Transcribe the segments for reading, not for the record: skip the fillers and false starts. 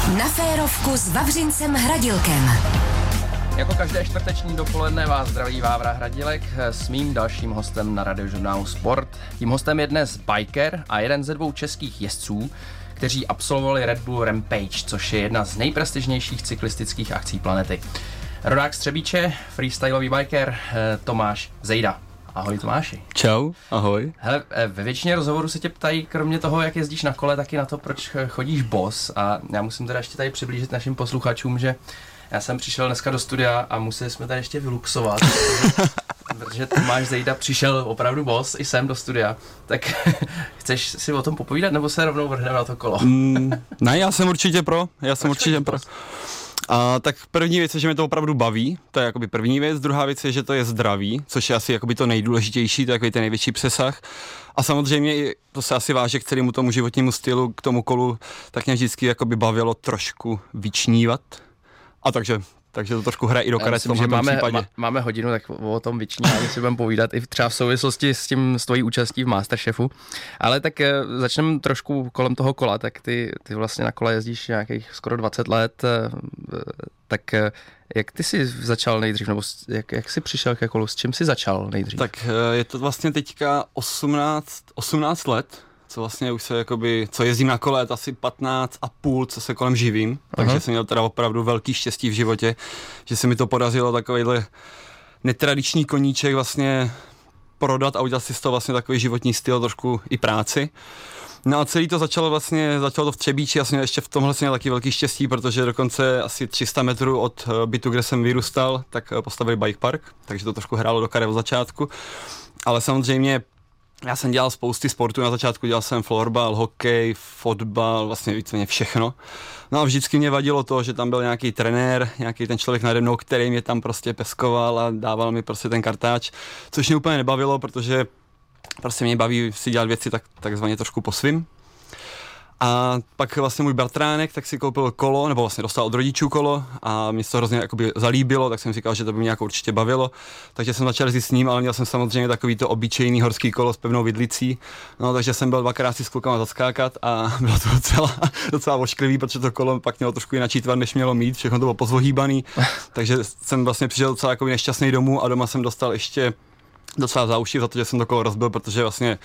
Na férovku s Vavřincem Hradilkem. Jako každé čtvrteční dopoledne vás zdraví Vávra Hradilek s mým dalším hostem na radiožurnálu Sport. Tím hostem je dnes biker a jeden ze 2 českých jezdců, kteří absolvovali Red Bull Rampage, což je jedna z nejprestižnějších cyklistických akcí planety. Rodák z Třebíče, freestylový biker Tomáš Zejda. Ahoj Tomáši. Čau, ahoj. Hele, ve většině rozhovorů se tě ptají, kromě toho, jak jezdíš na kole, taky na to, proč chodíš bos. A já musím teda ještě tady přiblížit našim posluchačům, že já jsem přišel dneska do studia a museli jsme tady ještě vyluxovat, protože Tomáš Zejda přišel opravdu bos i sem do studia. Tak chceš si o tom popovídat, nebo se rovnou vrhneme na to kolo? Ne, já jsem určitě pro. Tak první věc je, že mě to opravdu baví, to je jakoby první věc, druhá věc je, že to je zdraví, což je asi jakoby to nejdůležitější, to je jakoby ten největší přesah. A samozřejmě to se asi váže k celému tomu životnímu stylu, k tomu kolu, tak mě vždycky jakoby bavilo trošku vyčnívat. A takže to trošku hraje i do karet v tomhle případě. Máme hodinu, tak o tom vyčnívání si budeme povídat i třeba v souvislosti s tvojí účastí v Masterchefu. Ale tak začneme trošku kolem toho kola, tak ty vlastně na kole jezdíš nějakých skoro 20 let, tak jak ty jsi začal nejdřív, nebo jak jsi přišel ke kolu, s čím jsi začal nejdřív? Tak je to vlastně teďka 18 let, co vlastně už se jakoby, co jezdím na kole, asi 15 a půl, co se kolem živím, takže jsem měl teda opravdu velký štěstí v životě, že se mi to podařilo takovýhle netradiční koníček vlastně prodat a udělat si z toho vlastně takový životní styl, trošku i práci. No a celý to začalo to v Třebíči, já jsem ještě v tomhle jsem měl taky velký štěstí, protože dokonce asi 300 metrů od bytu, kde jsem vyrůstal, tak postavili bike park, takže to trošku hrálo do karet od začátku, ale samozřejmě já jsem dělal spousty sportů, na začátku dělal jsem florbal, hokej, fotbal, vlastně víceméně všechno. No a vždycky mě vadilo to, že tam byl nějaký trenér, nějaký ten člověk nade mnou, který mě tam prostě peskoval a dával mi prostě ten kartáč, což mě úplně nebavilo, protože prostě mě baví si dělat věci takzvaně trošku po svým. A pak vlastně můj bratránek tak si koupil kolo, nebo vlastně dostal od rodičů kolo a mě se to hrozně jakoby zalíbilo, tak jsem říkal, že to by mě jako určitě bavilo. Takže jsem začal jezdit s ním, ale měl jsem samozřejmě takový to obyčejný horský kolo s pevnou vidlicí. No, takže jsem byl 2krát si s klukama zaskákat a bylo to docela ošklivý, protože to kolo pak mělo trošku jinak tvar, než mělo mít, všechno to bylo pozvohýbaný. Takže jsem vlastně přišel docela jako nešťastný domů a doma jsem dostal ještě docela za uši za to, že jsem to kolo rozbil, protože vlastně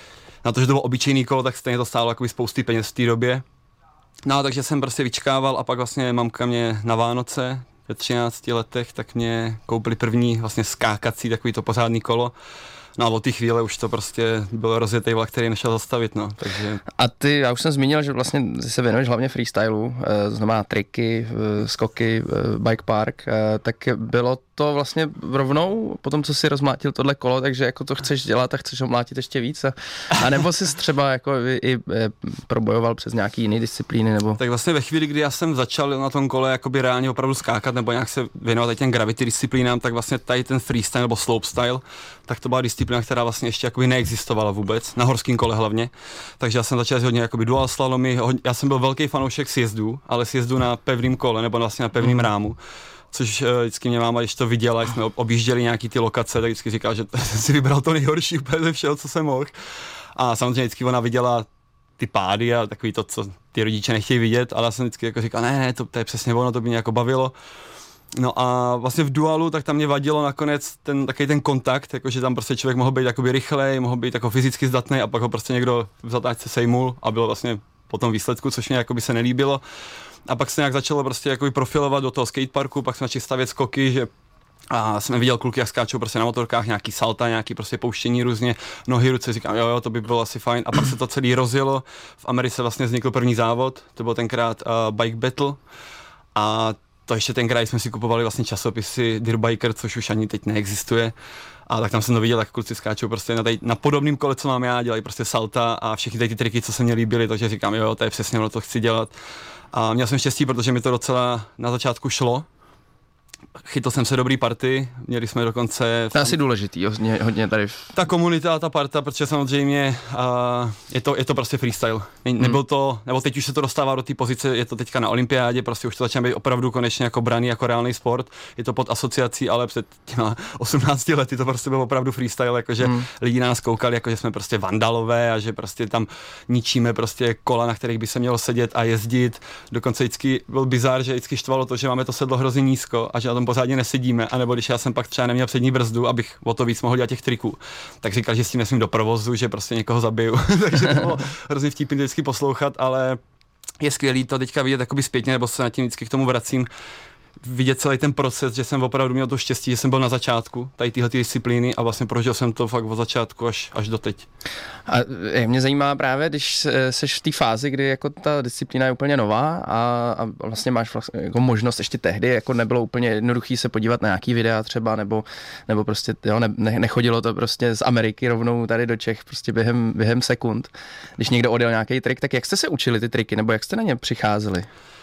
na to, že to bylo obyčejný kolo, tak stejně to stálo jakoby spousty peněz v té době. No, takže jsem prostě vyčkával a pak vlastně mamka mě na Vánoce ve 13 letech, tak mě koupili první vlastně skákací takový to pořádný kolo. No a od té chvíle už to prostě byl rozjetý vlak, který nešel zastavit, no, takže. A já už jsem zmínil, že vlastně se věnuješ hlavně freestylu, znamená triky, skoky, bike park, tak bylo to vlastně rovnou po tom, co si rozmlátil tohle kolo, takže jako to chceš dělat a chceš ho mlátit ještě víc a nebo jsi třeba jako i probojoval přes nějaký jiný disciplíny, nebo? Tak vlastně ve chvíli, kdy já jsem začal na tom kole jakoby reálně opravdu skákat nebo nějak se věnovat těm gravity disciplínám, tak vlastně tady ten freestyle nebo slopestyle, tak to byla disciplína, která vlastně ještě jakoby neexistovala vůbec, na horském kole hlavně. Takže já jsem začal hodně jakoby dual slalomy, já jsem byl velký fanoušek sjezdů, ale sjezdů na pevném kole nebo vlastně na pevném rámu. Což vždycky mě máma, když to viděla, když jsme objížděli nějaký ty lokace, tak vždycky říkala, že jsem si vybral to nejhorší úplně ze všeho, co jsem mohl. A samozřejmě vždycky ona viděla ty pády a takový to, co ty rodiče nechtějí vidět, ale já jsem vždycky jako říkal, ne, to je přesně ono, to by mě jako bavilo. No a vlastně v dualu, tak tam mě vadilo nakonec takový ten kontakt, jakože tam prostě člověk mohl být jakoby rychlej, mohl být jako fyzicky zdatný a pak ho prostě někdo v zatáčce sejmul a bylo vlastně po tom výsledku, což mě jakoby se nelíbilo. A pak se nějak začalo prostě jakoby profilovat do toho skateparku, pak jsme začali stavět skoky, že a jsem viděl kluky, jak skáčou prostě na motorkách, nějaký salta, nějaký prostě pouštění různě, nohy, ruce, říkám, jo, to by bylo asi fajn. A pak se to celý rozjelo, v Americe vlastně vznikl první závod, to byl tenkrát Bike Battle a to ještě tenkrát jsme si kupovali vlastně časopisy Dirt Biker, což už ani teď neexistuje. A tak tam jsem to viděl, jak kluci skáčou prostě na podobném kole, co mám já, dělají prostě salta a všechny ty triky, co se mě líbily, takže říkám, jo, to je přesně ono, to chci dělat. A měl jsem štěstí, protože mi to docela na začátku šlo, chytl jsem se dobrý party, měli jsme dokonce... To je asi důležitý, hodně tady... Ta komunita a ta parta, protože samozřejmě je to prostě freestyle. Nebyl to, nebo teď už se to dostává do té pozice, je to teďka na olympiádě, prostě už to začíná být opravdu konečně jako braný jako reálný sport. Je to pod asociací, ale před těma 18 lety to prostě byl opravdu freestyle, jakože lidi nás koukali, jakože jsme prostě vandalové a že prostě tam ničíme prostě kola, na kterých by se mělo sedět a jezdit. Dokonce vždycky byl bizár, že vždycky štvalo to, že máme to sedlo hrozně nízko a že na tom pořádně nesedíme, anebo když já jsem pak třeba neměl přední brzdu, abych o to víc mohl dělat těch triků, tak říkal, že s tím nesmím do provozu, že prostě někoho zabiju. Takže to bylo hrozně vtipný vždycky poslouchat, ale je skvělý to teďka vidět jakoby zpětně, nebo se na tím vždycky k tomu vracím, vidět celý ten proces, že jsem opravdu měl to štěstí, že jsem byl na začátku tady tyhle disciplíny a vlastně prožil jsem to fakt od začátku až do teď. A mě zajímá právě, když seš v té fázi, kdy jako ta disciplína je úplně nová a vlastně máš jako možnost ještě tehdy, jako nebylo úplně jednoduchý se podívat na nějaký videa třeba, nebo prostě jo, nechodilo to prostě z Ameriky rovnou tady do Čech prostě během sekund. Když někdo odjel nějaký trik, tak jak jste se učili ty triky, nebo jak jste na ně přicházeli?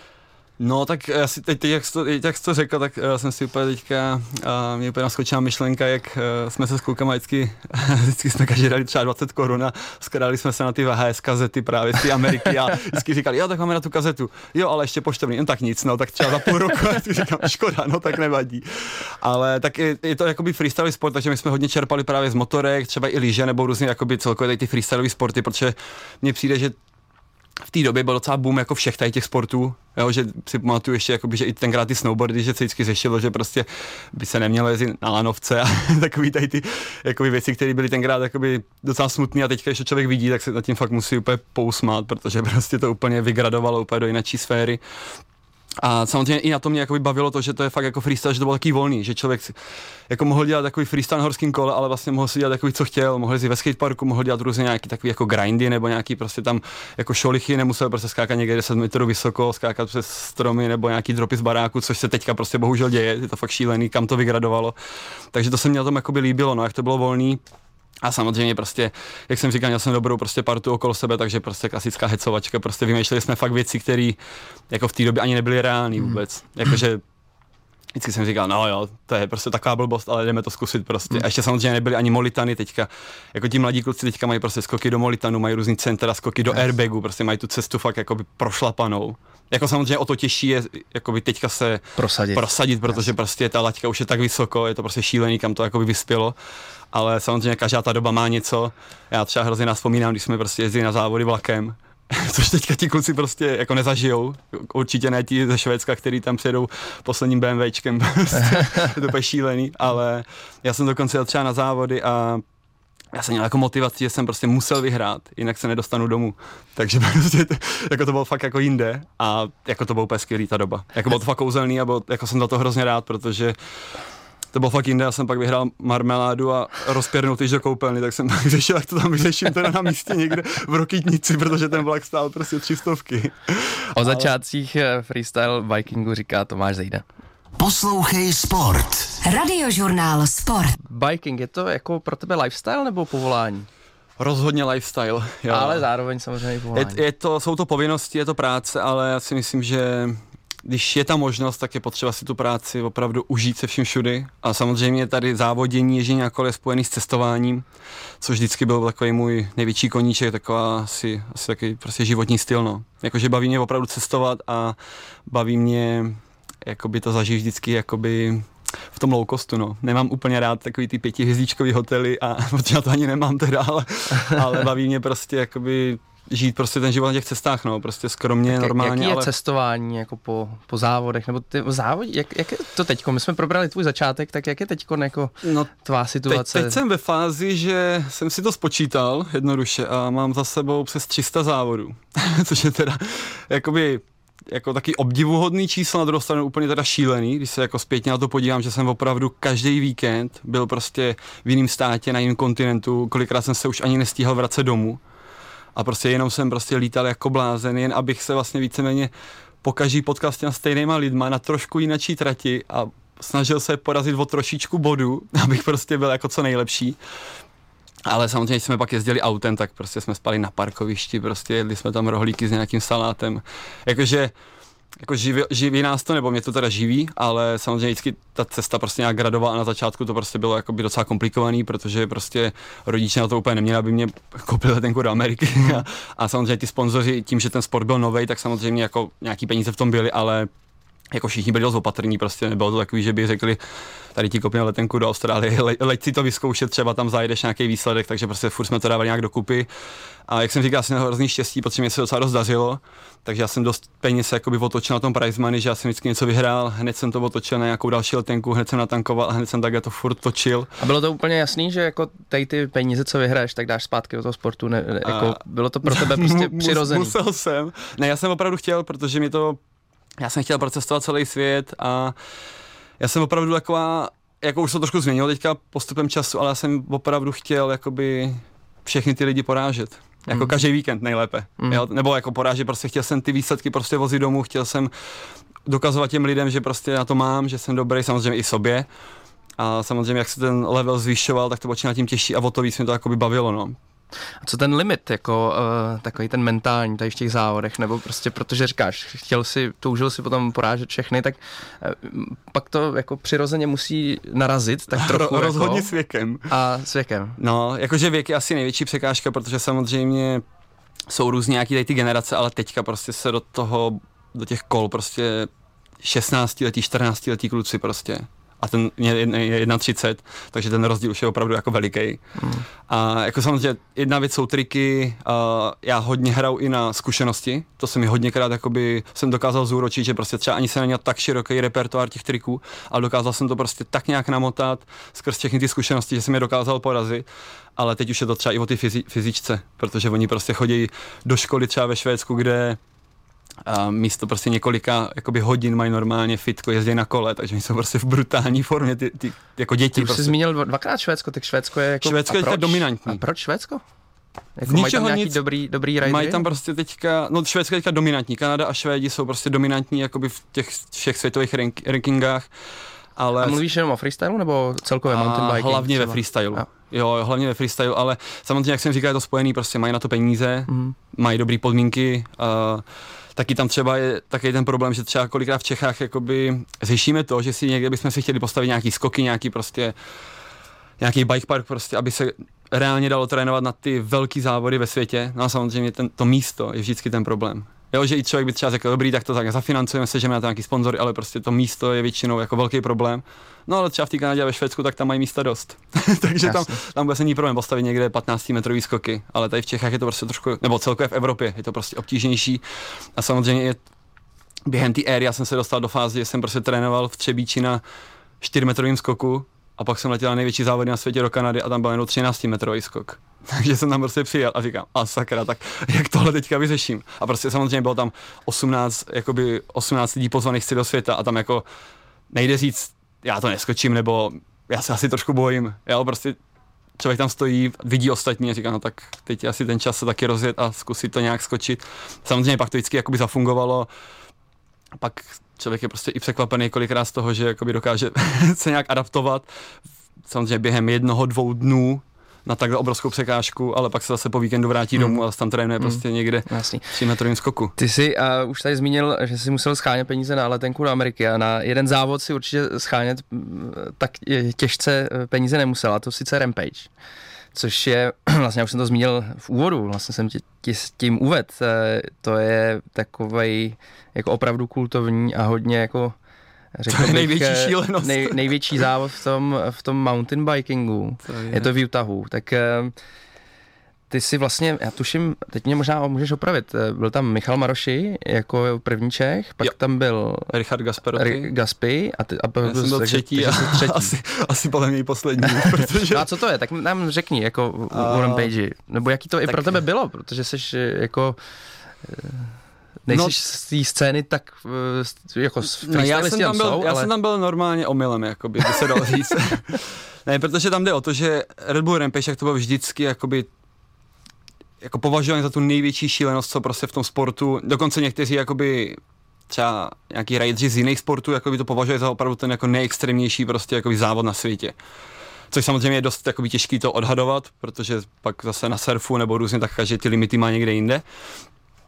No tak asi teď jak jsi to řekl, tak jsem si úplně teďka, mě úplně naskočila myšlenka, jak jsme se s klukama vždycky jsme každý dali třeba 20 korun a skrali jsme se na ty VHS kazety právě z té Ameriky a vždycky říkali, jo, tak máme na tu kazetu, jo, ale ještě poštovný, no tak nic, no, tak třeba za půl roku, a říkám, škoda, no tak nevadí. Ale tak je to jakoby freestyle sport, takže my jsme hodně čerpali právě z motorek, třeba i lyže nebo různě jakoby celkově ty freestyle sporty, protože mně přijde, že v té době byl docela boom jako všech těch sportů, jo, že si pamatuju ještě, jakoby, že i tenkrát ty snowboardy, že se vždycky řešilo, že prostě by se nemělo jezdit na lanovce a takový tady ty jakoby, věci, které byly tenkrát jakoby, docela smutné a teďka, když to člověk vidí, tak se nad tím fakt musí úplně pousmát, protože prostě to úplně vygradovalo úplně do jiné sféry. A samozřejmě i na to mě jakoby bavilo to, že to je fakt jako freestyle, že to bylo takový volný, že člověk jako mohl dělat takový freestyle na horském kole, ale vlastně mohl si dělat takový, co chtěl, mohl si ve skateparku, mohl dělat různě nějaký takový jako grindy nebo nějaký prostě tam jako šolichy, nemusel prostě skákat někde 10 metrů vysoko, skákat přes stromy nebo nějaký dropy z baráku, což se teďka prostě bohužel děje, je to fakt šílený, kam to vygradovalo. Takže to se mě na tom jakoby líbilo, no, jak to bylo volný. A samozřejmě prostě, jak jsem říkal, měl jsem dobrou prostě partu okolo sebe, takže prostě klasická hecovačka, prostě vymýšleli jsme fakt věci, které jako v té době ani nebyly reální vůbec. Jakože vždycky jsem říkal, no jo, to je prostě taková blbost, ale jdeme to zkusit prostě. A ještě samozřejmě nebyly ani molitany teďka, jako ti mladí kluci teďka mají prostě skoky do molitanu, mají různý centra, skoky do airbagu, prostě mají tu cestu fakt jakoby prošlapanou. Jako samozřejmě o to těžší je jakoby teďka se prosadit, protože prostě ta laťka už je tak vysoko, je to prostě šílený, kam to jakoby vyspělo. Ale samozřejmě každá ta doba má něco. Já třeba hrozně nás vzpomínám, když jsme prostě jezdili na závody vlakem, což teďka ti kluci prostě jako nezažijou. Určitě ne ti ze Švédska, který tam přijedou posledním BMWčkem. Je to úplně šílený, ale já jsem dokonce jel třeba na závody a já jsem měl jako motivaci, že jsem prostě musel vyhrát, jinak se nedostanu domů. Takže prostě jako to bylo fakt jako jinde a jako to bylo úplně skvělý ta doba. Jako bylo to fakt kouzelný a jako jsem za to hrozně rád, protože to bylo fakt jinde, já jsem pak vyhrál marmeládu a rozpěrnul tyž do koupelny, tak jsem pak řešil, jak to tam vyřeším teda na místě někde v Rokytnici, protože ten vlak stál prostě 300. O začátcích freestyle bikingu říká Tomáš Zejda. Poslouchej sport. Radiožurnál Sport. Biking, je to jako pro tebe lifestyle nebo povolání? Rozhodně lifestyle, jo. Ale zároveň samozřejmě povolání. Jsou to povinnosti, je to práce, ale já si myslím, že když je ta možnost, tak je potřeba si tu práci opravdu užít se vším všudy. A samozřejmě tady závodění, ježdění na kole je spojený s cestováním, což vždycky byl takový můj největší koníček, taková asi takový prostě životní styl, no. Jakože baví mě opravdu cestovat a baví mě jakoby to zažít vždycky jakoby v tom low costu, no. Nemám úplně rád takový ty 5hvězdičkový hotely a protože já to ani nemám teda, ale baví mě prostě jakoby žít prostě ten život na těch cestách, no, prostě skromně, tak normálně. Jaký je cestování jako po závodech, nebo ty závody, jak je to teďko? My jsme probrali tvůj začátek, tak jak je teďko jako tvá situace? Teď jsem ve fázi, že jsem si to spočítal jednoduše a mám za sebou přes 300 závodů, což je teda jakoby jako taky obdivuhodný číslo, na druhou stranu úplně teda šílený, když se jako zpětně na to podívám, že jsem opravdu každý víkend byl prostě v jiném státě, na jiném kontinentu, kolikrát jsem se už ani nestíhal vracet domů. A prostě jenom jsem prostě lítal jako blázen, jen abych se vlastně víceméně pokaždý potkal s těma stejnýma lidma na trošku jinačí trati a snažil se porazit o trošičku bodu, abych prostě byl jako co nejlepší. Ale samozřejmě, když jsme pak jezdili autem, tak prostě jsme spali na parkovišti, prostě jedli jsme tam rohlíky s nějakým salátem. Jakože jako živí nás to, nebo mě to teda živí, ale samozřejmě vždycky ta cesta prostě nějak gradovala a na začátku to prostě bylo jakoby docela komplikovaný, protože prostě rodiče na to úplně neměli, aby mě koupili letenku do Ameriky a samozřejmě ty sponzoři tím, že ten sport byl novej, tak samozřejmě jako nějaký peníze v tom byly, ale jako všichni byli dost opatrní, prostě nebylo to takový, že by řekli, tady ti koupíme letenku do Austrálie, leď si to vyzkoušet, třeba tam zajdeš nějaký výsledek, takže prostě furt jsme to dávali nějak dokupy. A jak jsem říkal, jsem měl hrozný štěstí, protože mě se docela dost dařilo, takže já jsem dost peněz jakoby otočil na tom prize money, že já jsem vždycky něco vyhrál, hned jsem to otočil na nějakou další letenku, hned jsem natankoval a hned jsem takhle to furt točil. A bylo to úplně jasný, že jako tady ty peníze, co vyhraješ, tak dáš zpátky do toho sportu, jako bylo to pro tebe prostě přirozený? Musel jsem. Ne, já jsem opravdu chtěl, protože já jsem chtěl procestovat celý svět a já jsem opravdu taková, jako už se to trošku změnilo teďka postupem času, ale já jsem opravdu chtěl jakoby všechny ty lidi porážet. Jako každý víkend nejlépe. Jo? Nebo jako porážet, prostě chtěl jsem ty výsledky prostě vozit domů, chtěl jsem dokazovat těm lidem, že prostě na to mám, že jsem dobrý, samozřejmě i sobě. A samozřejmě, jak se ten level zvyšoval, tak to bylo čím tím těžší a o to víc mě to jakoby bavilo, no. A co ten limit, jako takový ten mentální tady v těch závodech, nebo prostě protože říkáš, toužil si potom porážet všechny, tak pak to jako přirozeně musí narazit, tak trochu rozhodně jako, s věkem. A s věkem. No, jakože věk je asi největší překážka, protože samozřejmě jsou různě nějaký tady ty generace, ale teďka prostě se do těch kol prostě 16letí, 14letí kluci prostě. A ten je 31, takže ten rozdíl už je opravdu jako veliký. A jako samozřejmě jedna věc jsou triky, já hodně hraju i na zkušenosti, to se mi hodněkrát jakoby jsem dokázal zúročit, že prostě třeba ani se neměl tak široký repertoár těch triků, ale dokázal jsem to prostě tak nějak namotat skrz všechny ty zkušenosti, že jsem je dokázal porazit. Ale teď už je to třeba i o ty fyzičce, protože oni prostě chodí do školy třeba ve Švédsku, kde a místo prostě několika jakoby hodin mají normálně fitko, jezdí na kole, takže oni jsou prostě v brutální formě, ty jako děti. Ty už prostě. jsi zmínil dvakrát Švédsko, tak Švédsko je jako... Švédsko je teďka dominantní. A proč Švédsko? Jako mají tam nějaký dobrý ridery? Mají tam prostě teďka, no Švédsko je teďka dominantní, Kanada a Švédi jsou prostě dominantní jakoby v těch všech světových rankingách. Ale... A mluvíš jenom o freestylu nebo celkově mountain biking? Hlavně třeba? Ve freestylu. Jo, hlavně ve freestylu, ale samozřejmě, jak jsem říkal, je to spojený, prostě mají na to peníze, mají dobré podmínky. Taky tam třeba je taky ten problém, že třeba kolikrát v Čechách jakoby řešíme to, že si někde bychom si chtěli postavit nějaký skoky, nějaký bike park prostě, aby se reálně dalo trénovat na ty velký závody ve světě. No a samozřejmě to místo je vždycky ten problém. Jo, že i člověk by třeba řekl, dobrý, tak to tak zafinancujeme, sežeme na to nějaký sponzory, ale prostě to místo je většinou jako velký problém. No ale třeba v té Kanadě a ve Švédsku, tak tam mají místa dost. Takže tam bude se ní problém postavit někde 15metrový skoky, ale tady v Čechách je to prostě trošku, nebo celkově v Evropě je to prostě obtížnější. A samozřejmě je během té éry já jsem se dostal do fáze, že jsem prostě trénoval v Třebíči na 4metrovém skoku a pak jsem letěl na největší závody na světě do Kanady a tam byl jenom 13metrový skok. Takže jsem tam prostě přijel a říkám, a sakra, tak jak tohle teďka vyřeším. A prostě samozřejmě bylo tam 18 lidí pozvaných si do světa a tam jako nejde říct, já to neskočím, nebo já se asi trošku bojím. Jo, prostě člověk tam stojí, vidí ostatní a říká, no tak teď je asi ten čas se taky rozjet a zkusit to nějak skočit. Samozřejmě pak to vždycky jakoby zafungovalo. Pak člověk je prostě i překvapený kolikrát z toho, že jakoby dokáže se nějak adaptovat. Samozřejmě během 1-2 dnů na takhle obrovskou překážku, ale pak se zase po víkendu vrátí domů a tam trénuje prostě někde 3metrovým skoku. Ty jsi už tady zmínil, že jsi musel schánět peníze na letenku do Ameriky a na jeden závod si určitě schánět tak těžce peníze nemusel, a to sice Rampage. Což je, vlastně už jsem to zmínil v úvodu, vlastně jsem ti s tím uvedl, to je takovej jako opravdu kultovní a hodně jako řekl bych, největší šílenost. Největší závod v tom mountain bikingu. Je to v Utahu. Tak ty si vlastně, já tuším, teď mě možná můžeš opravit, byl tam Michal Maroši jako první Čech, pak tam byl Richard Gaspy a já jsem byl třetí a asi podle mě poslední. Protože... No a co to je? Tak nám řekni, jako u Rampage, nebo jaký to i pro tebe bylo, protože jsi jako... Nejsi z té scény tak jako freestylisti tam jsou, já jsem tam byl normálně omylem, jakoby, by se dalo říct. Ne, protože tam jde o to, že Red Bull Rampage, jak to bylo vždycky, jakoby, jako považovaný za tu největší šílenost, co prostě v tom sportu, dokonce někteří jakoby třeba nějaký rideři z jiných sportů, jakoby to považují za opravdu ten jako nejextrémnější prostě jakoby závod na světě. Což samozřejmě je dost jakoby těžký to odhadovat, protože pak zase na surfu nebo různě tak každý ty limity má někde jinde.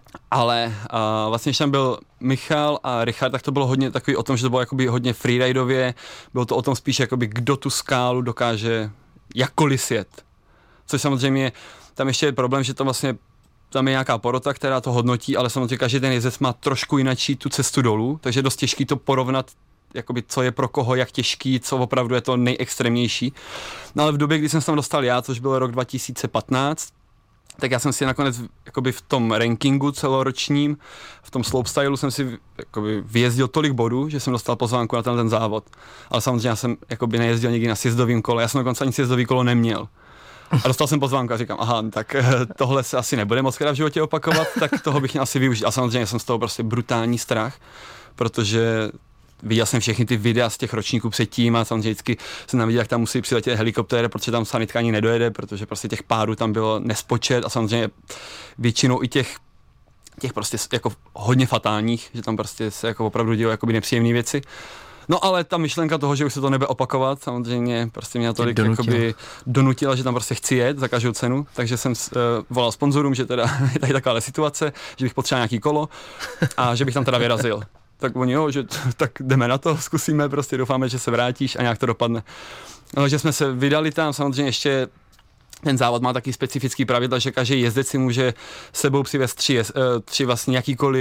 Ale vlastně, když tam byl Michal a Richard, tak to bylo hodně takový o tom, že to bylo jakoby hodně freeridově, bylo to o tom spíš jakoby kdo tu skálu dokáže jakkoliv sjet. Což samozřejmě, tam ještě je problém, že to vlastně tam je nějaká porota, která to hodnotí, ale samozřejmě každý ten jezdec má trošku jinačí tu cestu dolů, takže je dost těžký to porovnat, jakoby co je pro koho, jak těžký, co opravdu je to nejextrémnější. No ale v době, kdy jsem se tam dostal já, což byl rok 2015, tak já jsem si nakonec jakoby v tom rankingu celoročním, v tom slopestylu jsem si jakoby vyjezdil tolik bodů, že jsem dostal pozvánku na ten závod. Ale samozřejmě já jsem jakoby nejezdil nikdy na sjezdovým kole, já jsem dokonce ani sjezdový kolo neměl. A dostal jsem pozvánku a říkám, aha, tak tohle se asi nebude moc krát v životě opakovat, tak toho bych měl asi využít. A samozřejmě jsem z toho prostě brutální strach, protože viděl jsem všechny ty videa z těch ročníků předtím a samozřejmě vždycky jsem tam viděl, jak tam musí přiletět helikoptér, protože tam sanitka ani nedojede, protože prostě těch pádů tam bylo nespočet a samozřejmě většinou i těch prostě jako hodně fatálních, že tam prostě se jako opravdu dělo jakoby nepříjemné věci. No ale ta myšlenka toho, že už se to nebude opakovat, samozřejmě prostě mě tolik jakoby donutila, že tam prostě chci jet za každou cenu, takže jsem volal sponzorům, že teda je tady taková situace, že bych potřeboval nějaký kolo a že bych tam teda vyrazil. Tak oni jo, že tak jdeme na to, zkusíme, prostě doufáme, že se vrátíš a nějak to dopadne. No, že jsme se vydali tam, samozřejmě ještě ten závod má taky specifický pravidla, že každý jezdec si může sebou přivést tři vlastně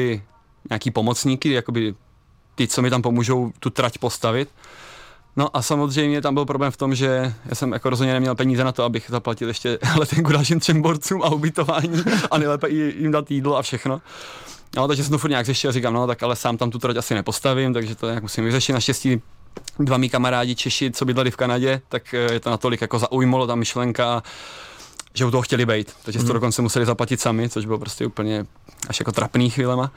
nějaký pomocníky, jakoby ty, co mi tam pomůžou tu trať postavit. No a samozřejmě tam byl problém v tom, že já jsem jako rozhodně neměl peníze na to, abych zaplatil ještě letenku dalším 3 borcům a ubytování a nejlépe jim dát jídlo a všechno. No, takže jsem to furt nějak řešil a říkám, no tak ale sám tam tu trať asi nepostavím, takže to nějak musím vyřešit. Naštěstí 2 mý kamarádi Češi, co bydleli v Kanadě, tak je to natolik jako zaujmulo ta myšlenka, že u toho chtěli bejt. Takže to dokonce museli zaplatit sami, což bylo prostě úplně až jako trapný chvílema.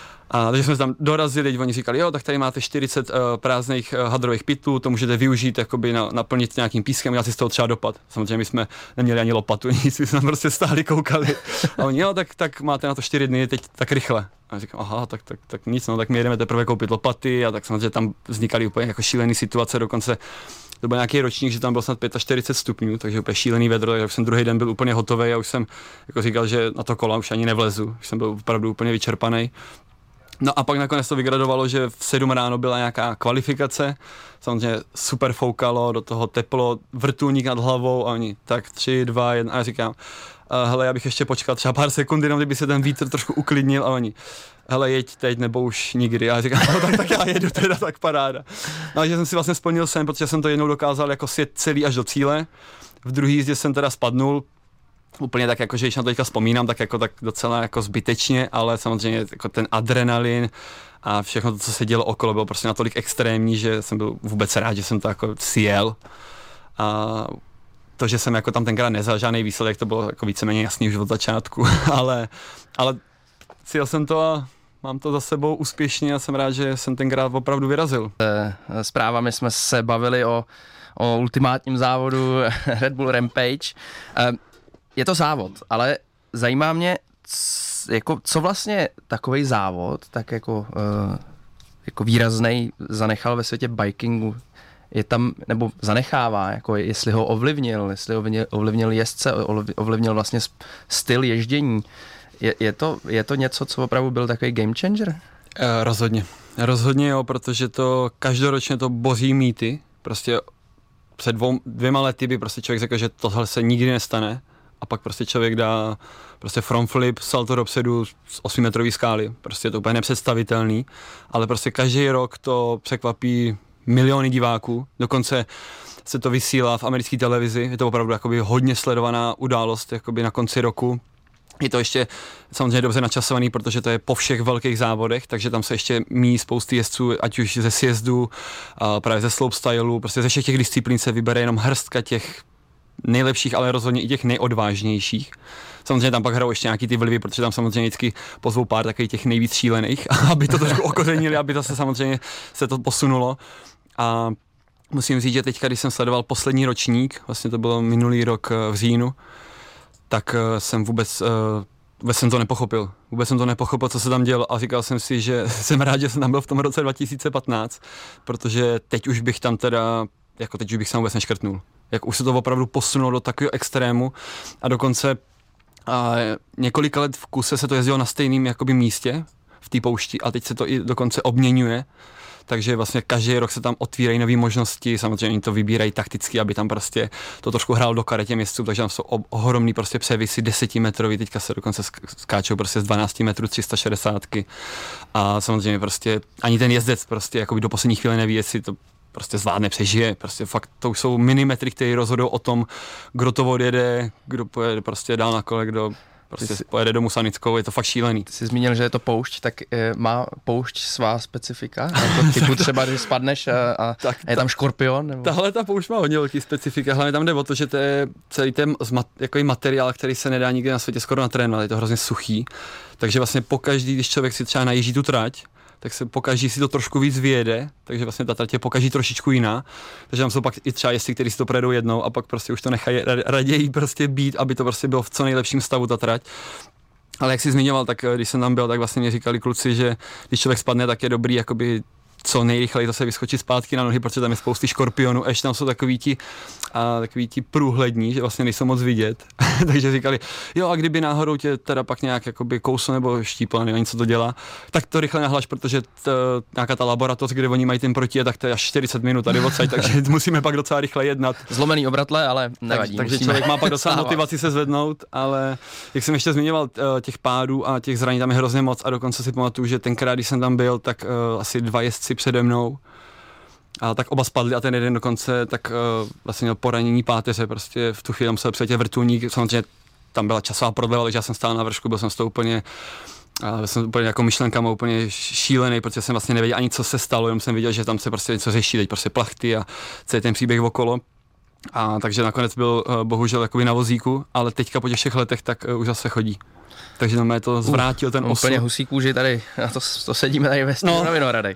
A takže jsme tam dorazili, oni říkali, jo, tak tady máte 40 prázdných hadrových pytlů, to můžete využít, jakoby naplnit nějakým pískem, já si z toho třeba dopad. Samozřejmě my jsme neměli ani lopatu, nic, my jsme tam prostě stáli, koukali. A oni, jo, tak máte na to 4 dny, teď tak rychle. A já říkám, aha, tak nic, no, tak my jedeme teprve koupit lopaty a tak samozřejmě tam vznikaly úplně jako šílený situace, dokonce to byl nějaký ročník, že tam byl snad 45 stupňů, takže úplně šílený vedro, takže jsem druhý den byl úplně hotový a už jsem jako říkal, že na to kola už ani nevlezu, už jsem byl opravdu úplně vyčerpaný. No a pak nakonec to vygradovalo, že v 7 ráno byla nějaká kvalifikace, samozřejmě super foukalo, do toho teplo, vrtulník nad hlavou a oni tak 3, 2, 1 a já říkám, hele, já bych ještě počkal třeba pár sekund, jenom kdyby se ten vítr trošku uklidnil a oni, hele, jeď teď nebo už nikdy. A já říkám, no tak já jedu teda, tak paráda. No a že jsem si vlastně splnil sen, protože jsem to jednou dokázal jako sjet celý až do cíle, v druhý jízdě jsem teda spadnul, úplně tak jako, že když na to teďka vzpomínám, tak jako tak docela jako zbytečně, ale samozřejmě jako ten adrenalin a všechno to, co se dělo okolo, bylo prostě natolik extrémní, že jsem byl vůbec rád, že jsem to jako sjel. A to, že jsem jako tam tenkrát nezal žádný výsledek, to bylo jako víceméně jasný už od začátku, ale sjel jsem to a mám to za sebou úspěšně a jsem rád, že jsem tenkrát opravdu vyrazil. Zprávami jsme se bavili o ultimátním závodu Red Bull Rampage. Je to závod, ale zajímá mě, co vlastně takový závod tak jako výraznej zanechal ve světě bikingu. Je tam, nebo zanechává, jako jestli ho ovlivnil jezdce, ovlivnil vlastně styl ježdění. Je to něco, co opravdu byl takový game changer? Rozhodně jo, protože to každoročně to boří mýty. Prostě před 2 lety by prostě člověk řekl, že tohle se nikdy nestane. A pak prostě člověk dá prostě front flip, salto dopředu z 8metrový skály. Prostě je to úplně nepředstavitelný, ale prostě každý rok to překvapí miliony diváků. Dokonce se to vysílá v americké televizi. Je to opravdu jakoby hodně sledovaná událost jakoby na konci roku. Je to ještě samozřejmě dobře načasovaný, protože to je po všech velkých závodech, takže tam se ještě míjí spousty jezdců, ať už ze sjezdu, právě ze slopestylu, prostě ze všech těch disciplín se vybere jenom hrstka těch nejlepších, ale rozhodně i těch nejodvážnějších. Samozřejmě tam pak hrajou ještě nějaký ty vlivy, protože tam samozřejmě vždycky pozvou pár takových těch nejvíc šílených, aby to trošku okořenili, aby zase samozřejmě se to posunulo. A musím říct, že teďka, když jsem sledoval poslední ročník, vlastně to bylo minulý rok v říjnu, tak jsem vůbec jsem to nepochopil. Vůbec jsem to nepochopil, co se tam dělo a říkal jsem si, že jsem rád, že jsem tam byl v tom roce 2015, protože teď už bych tam teda, jako teď už bych se vůbec neškrtnul. Jak už se to opravdu posunulo do takového extrému a dokonce A několika let v kuse se to jezdilo na stejném jakoby místě v té poušti a teď se to i dokonce obměňuje. Takže vlastně každý rok se tam otvírají nové možnosti, samozřejmě oni to vybírají takticky, aby tam prostě to trošku hrál do karetě městců, takže tam jsou ohromný prostě převisy 10metrový, teďka se dokonce skáčou prostě z 12 metrů 360 a samozřejmě prostě ani ten jezdec prostě jakoby do poslední chvíle neví, jestli to prostě zvládne, přežije, prostě fakt to už jsou milimetry, které rozhodují o tom, kdo to odjede, kdo pojede prostě dál na kole, kdo prostě pojede domů sanickou, je to fakt šílený. Ty jsi zmínil, že je to poušť, tak má poušť svá specifika? Jako typu třeba, když spadneš a je tam škorpion? Nebo? Tahle ta poušť má hodně velký specifika, hlavně tam jde o to, že to je celý ten jako materiál, který se nedá nikdy na světě skoro natrénovat, je to hrozně suchý, takže vlastně pokaždý, když člověk si třeba najíždí tu trať, tak se pokaždý si to trošku víc vyjede, takže vlastně ta trať je pokaždý trošičku jiná, takže tam jsou pak i třeba jezdci, kteří si to projedou jednou a pak prostě už to nechají raději prostě být, aby to prostě bylo v co nejlepším stavu ta trať. Ale jak jsi zmiňoval, tak když jsem tam byl, tak vlastně mě říkali kluci, že když člověk spadne, tak je dobrý jakoby co nejrychleji zase vyskočit zpátky na nohy, protože tam je spousty škorpionů, ještě tam jsou takový ti průhlední, že vlastně nejsou moc vidět. Takže říkali, jo, a kdyby náhodou tě teda pak nějak jakoby kousl nebo štípl, nevím, co to dělá, tak to rychle nahlaš, protože nějaká ta laboratoř, kde oni mají ten proti, tak to je až 40 minut tady odsaď, takže musíme pak docela rychle jednat. Zlomený obratle, ale nevadí. Takže člověk má pak docela motivaci se zvednout, ale jak jsem ještě zmiňoval, těch pádů a těch zraní tam je hrozně moc a dokonce si pamatuju, že tenkrát, když jsem tam byl, tak asi 2 jezdci přede mnou a tak oba spadli a ten jeden dokonce tak vlastně měl poranění páteře, prostě v tu chvíli musel přijet vrtulník, samozřejmě tam byla časová prodleva, takže já jsem stál na vršku, byl jsem z toho úplně jako myšlenkama úplně šílený, protože jsem vlastně nevěděl ani, co se stalo, jenom jsem viděl, že tam se prostě něco řeší, teď prostě plachty a celý ten příběh okolo. A takže nakonec byl bohužel jakoby na vozíku, ale teďka po těch všech letech tak už zase chodí. Takže tam to zvrátil ten osud. Úplně husí kůži tady, a to sedíme tady ve stůl na Vinohradech.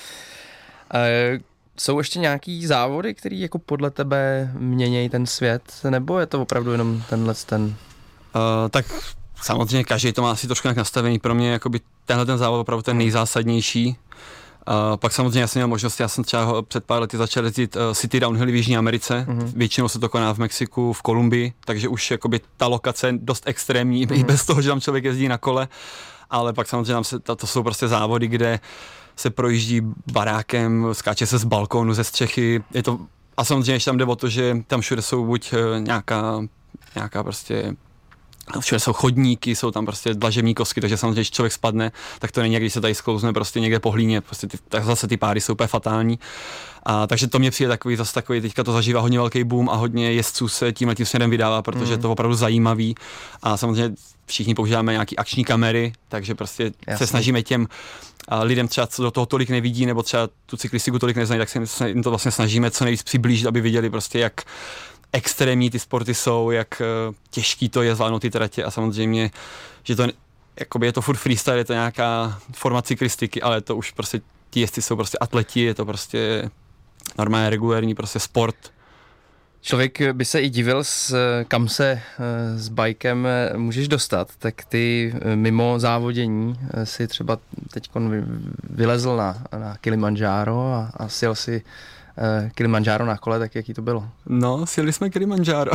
Jsou ještě nějaký závody, které jako podle tebe měnějí ten svět, nebo je to opravdu jenom ten? Tak samozřejmě každý to má asi trošku nějak nastavený. Pro mě jakoby tenhle ten závod opravdu ten nejzásadnější. Pak samozřejmě já jsem měl možnost, já jsem třeba před pár lety začal jezdit City Downhill v Jižní Americe, většinou se to koná v Mexiku, v Kolumbii, takže už jakoby ta lokace je dost extrémní, i bez toho, že tam člověk jezdí na kole, ale pak samozřejmě to jsou prostě závody, kde se projíždí barákem, skáče se z balkónu, ze střechy, je to, a samozřejmě ještě tam jde o to, že tam všude jsou buď nějaká prostě, všude jsou chodníky, jsou tam prostě dlažební kosky, takže samozřejmě, když člověk spadne, tak to není jak když se tady sklouzne prostě někde po hlíně, prostě tak zase ty pády jsou úplně fatální. Takže to mě přijde zase takový, teďka to zažívá hodně velký boom a hodně jezdců se tímhletím směrem vydává, protože je to opravdu zajímavý a samozřejmě všichni používáme nějaký akční kamery, takže prostě se snažíme těm lidem třeba, co do toho tolik nevidí, nebo třeba tu cyklistiku tolik neznají, tak se jim to vlastně snažíme co nejvíc přiblížit, aby viděli prostě, jak extrémní ty sporty jsou, jak těžký to je zvládnout ty tratě a samozřejmě, že to jakoby je to furt freestyle, je to nějaká forma cyklistiky, ale to už prostě ti jezdci jsou prostě atleti, je to prostě normálně regulérní prostě sport. Člověk by se i divil, kam se s bajkem můžeš dostat, tak ty mimo závodění si třeba teď vylezl na Kilimanjaro a sjel si Kilimanjaro na kole, tak jaký to bylo? No, sjeli jsme Kilimanjaro.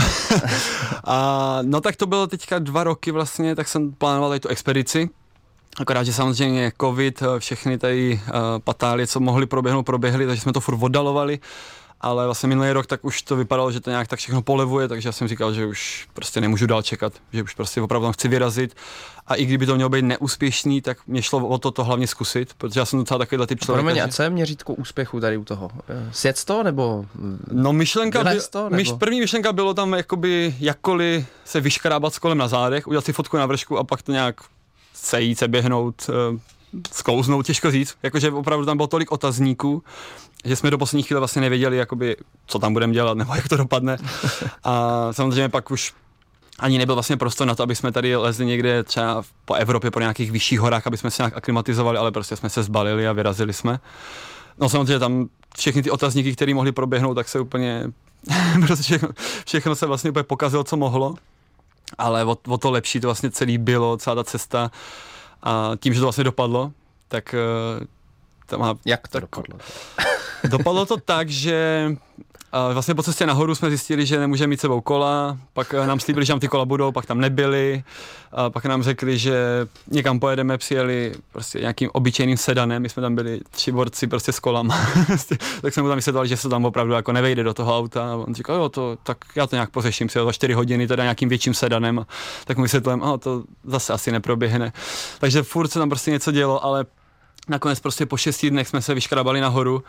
No tak to bylo teďka 2 roky vlastně, tak jsem plánoval tady tu expedici. Akorát, že samozřejmě covid, všechny tady patálie, co mohly proběhnout, proběhly, takže jsme to furt oddalovali. Ale vlastně minulý rok tak už to vypadalo, že to nějak tak všechno polevuje, takže já jsem říkal, že už prostě nemůžu dál čekat, že už prostě opravdu tam chci vyrazit. A i kdyby to mělo být neúspěšný, tak mě šlo o to hlavně zkusit, protože já jsem docela takovýhle typ člověka. Promiň, a co je měřítko úspěchu tady u toho? Sjet to nebo no první myšlenka bylo tam jakoby jakkoliv se vyškrábat s kolem na zádech, udělat si fotku na vršku a pak to nějak sejít, se běhnout, sklouznout, těžko říct. Jakože opravdu tam bylo tolik otazníků, že jsme do poslední chvíle vlastně nevěděli, jakoby, co tam budeme dělat, nebo jak to dopadne. A samozřejmě pak už ani nebyl vlastně prostor na to, aby jsme tady lezli někde třeba po Evropě, po nějakých vyšších horách, aby jsme se nějak aklimatizovali, ale prostě jsme se zbalili a vyrazili jsme. No samozřejmě tam všechny ty otazníky, které mohly proběhnout, tak se úplně, prostě všechno se vlastně úplně pokazilo, co mohlo. Ale o to lepší to vlastně celý bylo, celá ta cesta. A tím, že to vlastně dopadlo, tak to má... Jak to dopadlo? Dopadlo to tak, že vlastně po cestě nahoru jsme zjistili, že nemůžeme mít sebou kola, pak nám slíbili, že tam ty kola budou, pak tam nebyly, pak nám řekli, že někam pojedeme, přijeli prostě nějakým obyčejným sedanem, my jsme tam byli 3 borci prostě s kolama, tak jsme mu tam vysvětlovali, že se tam opravdu jako nevejde do toho auta a on říkal, jo, tak já to nějak pořeším, přijel za 4 hodiny teda nějakým větším sedanem, tak mu vysvětlujeme, to zase asi neproběhne. Takže furt se tam prostě něco dělo, ale nakonec prostě po 6 dnech jsme se vyškrabali nahoru.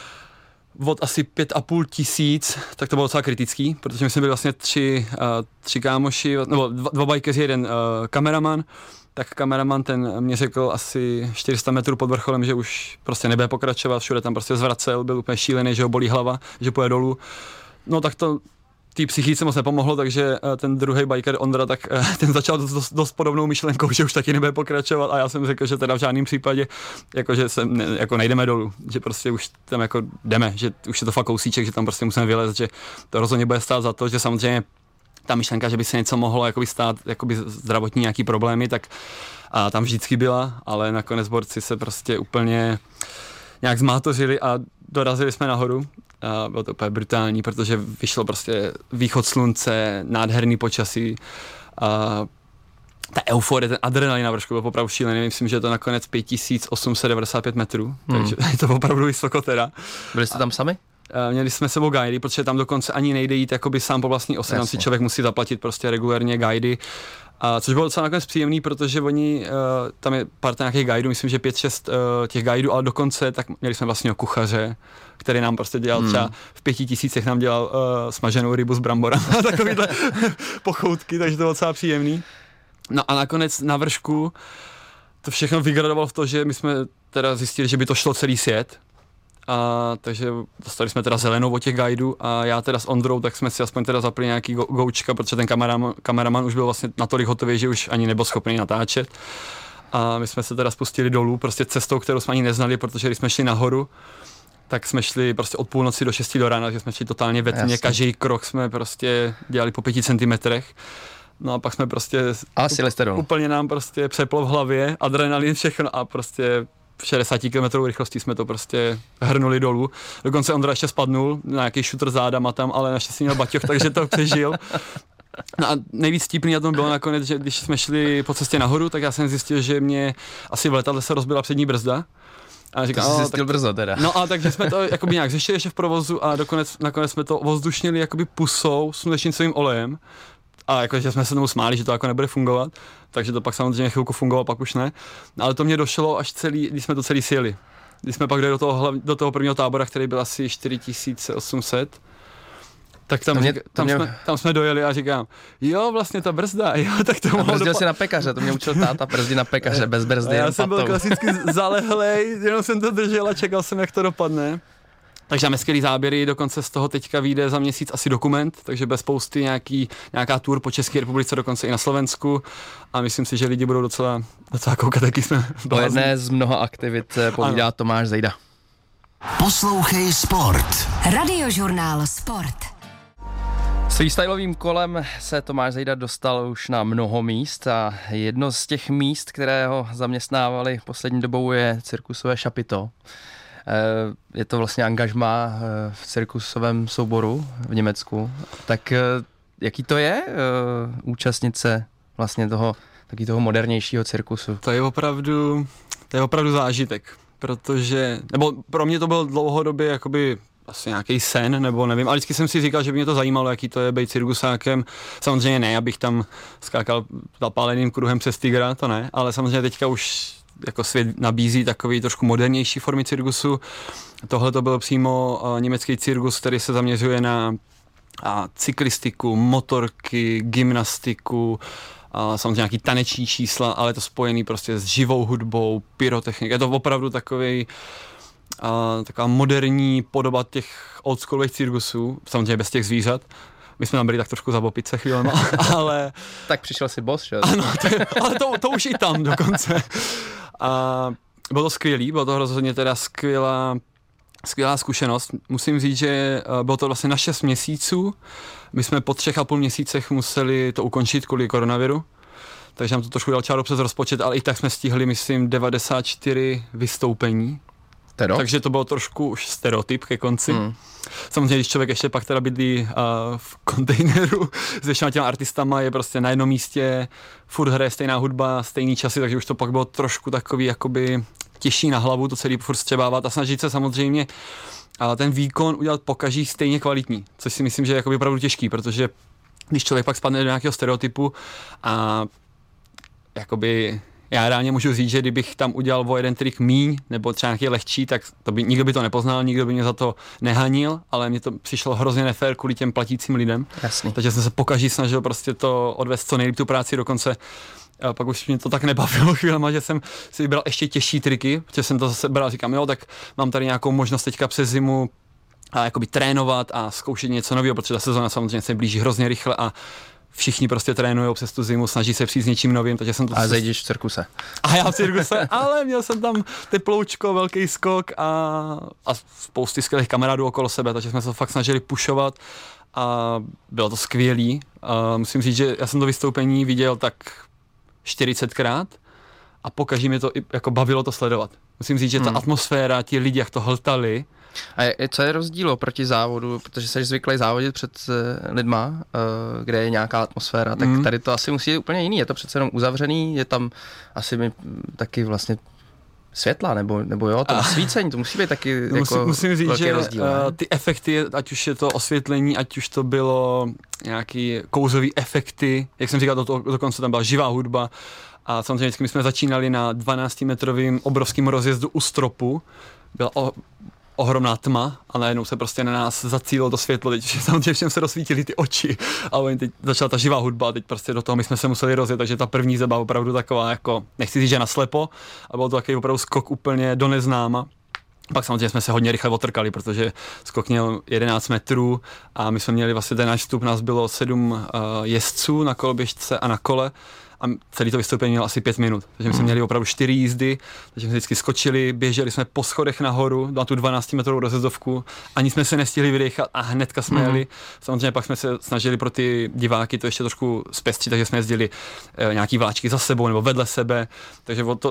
Od asi 5,5 tisíc, tak to bylo docela kritický, protože my jsme byli vlastně tři kámoši, nebo dva bikeři, jeden kameraman, tak kameraman ten mě řekl asi 400 metrů pod vrcholem, že už prostě nebude pokračovat, všude tam prostě zvracel, byl úplně šílený, že ho bolí hlava, že půjde dolů. No tak to té psychice moc nepomohlo, takže ten druhý biker Ondra, tak ten začal dost podobnou myšlenkou, že už taky nebude pokračovat a já jsem řekl, že teda v žádném případě jako nejdeme dolů, že prostě už tam jako jdeme, že už je to fakt kousíček, že tam prostě musíme vylézt, že to rozhodně bude stát za to, že samozřejmě ta myšlenka, že by se něco mohlo jakoby stát, jakoby zdravotní nějaký problémy, tak tam vždycky byla, ale nakonec borci se prostě úplně nějak zmátořili a dorazili jsme nahoru. A bylo to úplně brutální, protože vyšlo prostě východ slunce, nádherný počasí a ta euforie, ten adrenalin na vršku byl opravdu šílený. Myslím, že je to nakonec 5895 metrů, takže je to opravdu vysoko teda. Byli jste tam sami? Měli jsme sebou guidy, protože tam dokonce ani nejde jít jakoby sám po vlastní ose, tam si člověk musí zaplatit prostě regulérně guidy. Což bylo docela nakonec příjemný, protože oni, tam je parta nějakých guidů, myslím, že 5-6 těch guidů, ale dokonce tak měli jsme vlastního kuchaře, který nám prostě dělal třeba v 5000 nám dělal smaženou rybu s bramborama a takovýhle pochoutky, takže to bylo docela příjemný. No a nakonec na vršku to všechno vygradovalo v to, že my jsme teda zjistili, že by to šlo celý svět. Takže dostali jsme teda zelenou od těch guidů a já teda s Ondrou, tak jsme si aspoň teda zapli nějaký goučka, protože ten kameraman už byl vlastně natolik hotový, že už ani nebyl schopný natáčet. A my jsme se teda spustili dolů, prostě cestou, kterou jsme ani neznali, protože když jsme šli nahoru, tak jsme šli prostě od půlnoci do 6 do rána, že jsme šli totálně ve tmě, každý krok jsme prostě dělali po 5 centimetrech. No a pak jsme prostě úplně nám prostě přeplo v hlavě, adrenalin, všechno a prostě v 60 km rychlostí jsme to prostě hrnuli dolů. Dokonce Ondra ještě spadnul na nějaký šutr zádama tam, ale naštěstí měl baťoch, takže to přežil. No a nejvíc vtipný na tom bylo nakonec, že když jsme šli po cestě nahoru, tak já jsem zjistil, že mě asi v letadle se rozbila přední brzda. A říkám, to jsi zjistil brzo teda. No a takže jsme to jakoby nějak řešili ještě v provozu a nakonec jsme to ovzdušnili jakoby pusou s slunečnicovým olejem. A jakože jsme se tomu smáli, že to jako nebude fungovat, takže to pak samozřejmě chvilku fungovalo, pak už ne. Ale to mě došlo až když jsme to celý sjeli. Když jsme pak dali do toho prvního tábora, který byl asi 4800, tak tam jsme dojeli a říkám, jo, vlastně ta brzda, jo, tak to mohlo brzdil si na pekaře, to mě učil táta, brzdy na pekaře, bez brzdy. Já jsem byl klasicky zalehlej, jenom jsem to držel a čekal jsem, jak to dopadne. Takže máme skvělý záběry, dokonce z toho teďka vyjde za měsíc asi dokument, takže bez spousty nějaká tour po České republice, dokonce i na Slovensku a myslím si, že lidi budou docela koukat, jaký jsme blázni. O jedné z mnoha aktivit povídá Tomáš Zejda. Poslouchej Sport. Radiožurnál Sport. S freestylovým kolem se Tomáš Zejda dostal už na mnoho míst a jedno z těch míst, které ho zaměstnávali poslední dobou, je cirkusové šapito. Je to vlastně angažmá v cirkusovém souboru v Německu. Tak jaký to je účastnit se vlastně toho modernějšího cirkusu? To je opravdu zážitek, protože, nebo pro mě to byl dlouhodobě jakoby asi nějaký sen, nebo nevím, ale vždycky jsem si říkal, že by mě to zajímalo, jaký to je být cirkusákem. Samozřejmě ne, abych tam skákal zapáleným kruhem přes tygra, to ne, ale samozřejmě teďka už jako svět nabízí takový trošku modernější formy cirkusu. Tohle to byl přímo německý cirkus, který se zaměřuje na cyklistiku, motorky, gymnastiku, samozřejmě nějaký taneční čísla, ale je to spojený prostě s živou hudbou, pyrotechnikou. Je to opravdu taková moderní podoba těch oldschoolových cirkusů, samozřejmě bez těch zvířat. My jsme tam byli tak trošku za opice chvílema, ale... Tak přišel si boss, že? Ano, ale to už i tam dokonce. A bylo to skvělý, bylo to rozhodně teda skvělá zkušenost. Musím říct, že bylo to vlastně na 6 měsíců. My jsme po 3,5 měsících museli to ukončit kvůli koronaviru. Takže nám to trošku dal čáru přes rozpočet, ale i tak jsme stihli, myslím, 94 vystoupení. Takže to bylo trošku už stereotyp ke konci. Samozřejmě, když člověk ještě pak teda bydlí v kontejneru s většina těma artistama, je prostě na jednom místě, furt hraje stejná hudba, stejný časy, takže už to pak bylo trošku takový jakoby těžší na hlavu, to celý furt střebávat a snažit se samozřejmě ten výkon udělat pokaždý stejně kvalitní, což si myslím, že je jakoby opravdu těžký, protože když člověk pak spadne do nějakého stereotypu a jakoby já reálně můžu říct, že kdybych tam udělal o jeden trik míň, nebo třeba nějaký lehčí, tak nikdo by to nepoznal, nikdo by mě za to nehanil, ale mně to přišlo hrozně nefér kvůli těm platícím lidem. Jasný. Takže jsem se pokaždý snažil prostě to odvést co nejlíp tu práci, dokonce a pak už mě to tak nebavilo chvílema, že jsem si vybral ještě těžší triky, protože jsem to zase bral, říkám, jo, tak mám tady nějakou možnost teďka přes zimu a jakoby trénovat a zkoušet něco nového, protože ta sezóna samozřejmě se blíží hrozně rychle a všichni prostě trénujou přes tu zimu, snaží se přijít s něčím novým, takže jsem to... A zajdeš v cirkuse. A já v cirkuse, ale měl jsem tam teploučko, velký skok a spousty skvělých kamarádů okolo sebe, takže jsme se fakt snažili pušovat a bylo to skvělý. Musím říct, že já jsem to vystoupení viděl tak 40krát a pokaždé mě to jako bavilo to sledovat. Musím říct, že ta atmosféra, ti lidi, jak to hltali. A co je rozdíl oproti závodu, protože jsi zvyklý závodit před lidma, kde je nějaká atmosféra, tak tady to asi musí být úplně jiný, je to přece jenom uzavřený, je tam asi taky vlastně světla, nebo jo, to osvícení, to musí být taky jako musím říct, že rozdíl, ty efekty, ať už je to osvětlení, ať už to bylo nějaký kouzový efekty, jak jsem říkal, dokonce tam byla živá hudba a samozřejmě vždycky my jsme začínali na 12metrovým obrovským rozjezdu u stropu, byla ohromná tma a najednou se prostě na nás zacílilo to světlo, teď samozřejmě všem se rozsvítily ty oči a teď začala ta živá hudba a teď prostě do toho my jsme se museli rozjet, takže ta první zábava opravdu taková jako, nechci říct, že naslepo, a bylo to takový opravdu skok úplně do neznáma. Pak samozřejmě jsme se hodně rychle otrkali, protože skok měl 11 metrů a my jsme měli vlastně ten náš vstup, nás bylo 7 jezdců na koloběžce a na kole a celý to vystoupení mělo asi 5 minut. Takže my jsme měli opravdu 4 jízdy, takže jsme vždycky skočili, běželi jsme po schodech nahoru na tu 12metrovou rozezdovku, ani jsme se nestihli vydechat a hnedka jsme jeli. Samozřejmě pak jsme se snažili pro ty diváky to ještě trošku zpestřit, takže jsme jezdili nějaký vláčky za sebou nebo vedle sebe, takže to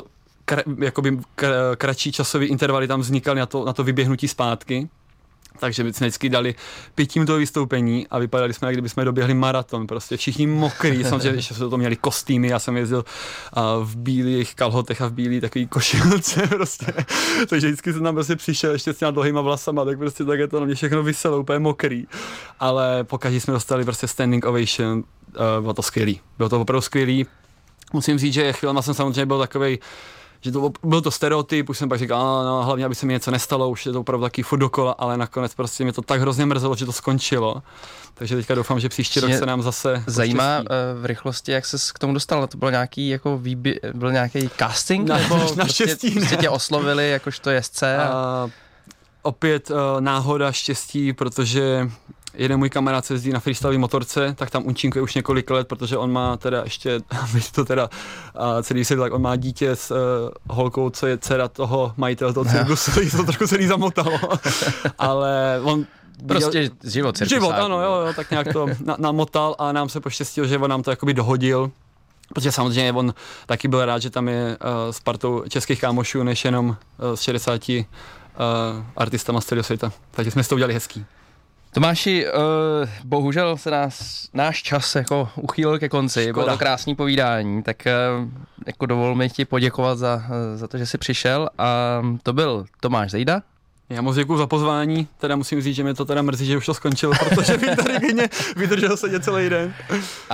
kratší časový intervaly tam vznikaly na to vyběhnutí zpátky. Takže my jsme vždycky dali 5minutovové vystoupení a vypadali jsme, jak kdyby jsme doběhli maraton, prostě všichni mokrý, samozřejmě ještě jsme to měli kostýmy, já jsem jezdil v bílých kalhotech a v bílý takový košilce prostě, takže vždycky jsem tam prostě přišel ještě s těma dlouhýma vlasama, tak prostě tak je to na mě všechno vyselo, úplně mokrý, ale pokaždé jsme dostali prostě standing ovation, bylo to skvělý, bylo to opravdu skvělý, musím říct, že chvílema jsem samozřejmě byl takovej, že to byl to stereotyp, už jsem pak říkal, no, hlavně, aby se mi něco nestalo, už je to opravdu taky furt dokola, ale nakonec prostě mě to tak hrozně mrzelo, že to skončilo. Takže teďka doufám, že příští rok se nám zase zajímá v rychlosti, jak ses k tomu dostal. To byl nějaký jako byl nějaký casting, nebo prostě tě oslovili jakožto jezdce? Opět náhoda, štěstí, protože jeden můj kamarád se jezdí na freestylové motorce, tak tam účinkuje už několik let, protože on má teda ještě, to teda celý vysvětl, tak on má dítě s holkou, co je dcera toho majitele toho cirkusu, který se to trošku celý zamotalo, ale on prostě život cirkusáku. Život, ano, jo, tak nějak to namotal a nám se poštěstilo, že on nám to jakoby dohodil, protože samozřejmě on taky byl rád, že tam je s partou českých kámošů, než jenom s 60 artistama z celého světa, takže jsme si to udělali hezký. Tomáši, bohužel se náš čas jako uchýlil ke konci, škoda. Bylo to krásný povídání, tak jako dovol mi ti poděkovat za to, že jsi přišel a to byl Tomáš Zejda. Já moc děkuju za pozvání, teda musím říct, že mě to teda mrzí, že už to skončilo, protože bych tady klidně vydržel sedět celý den.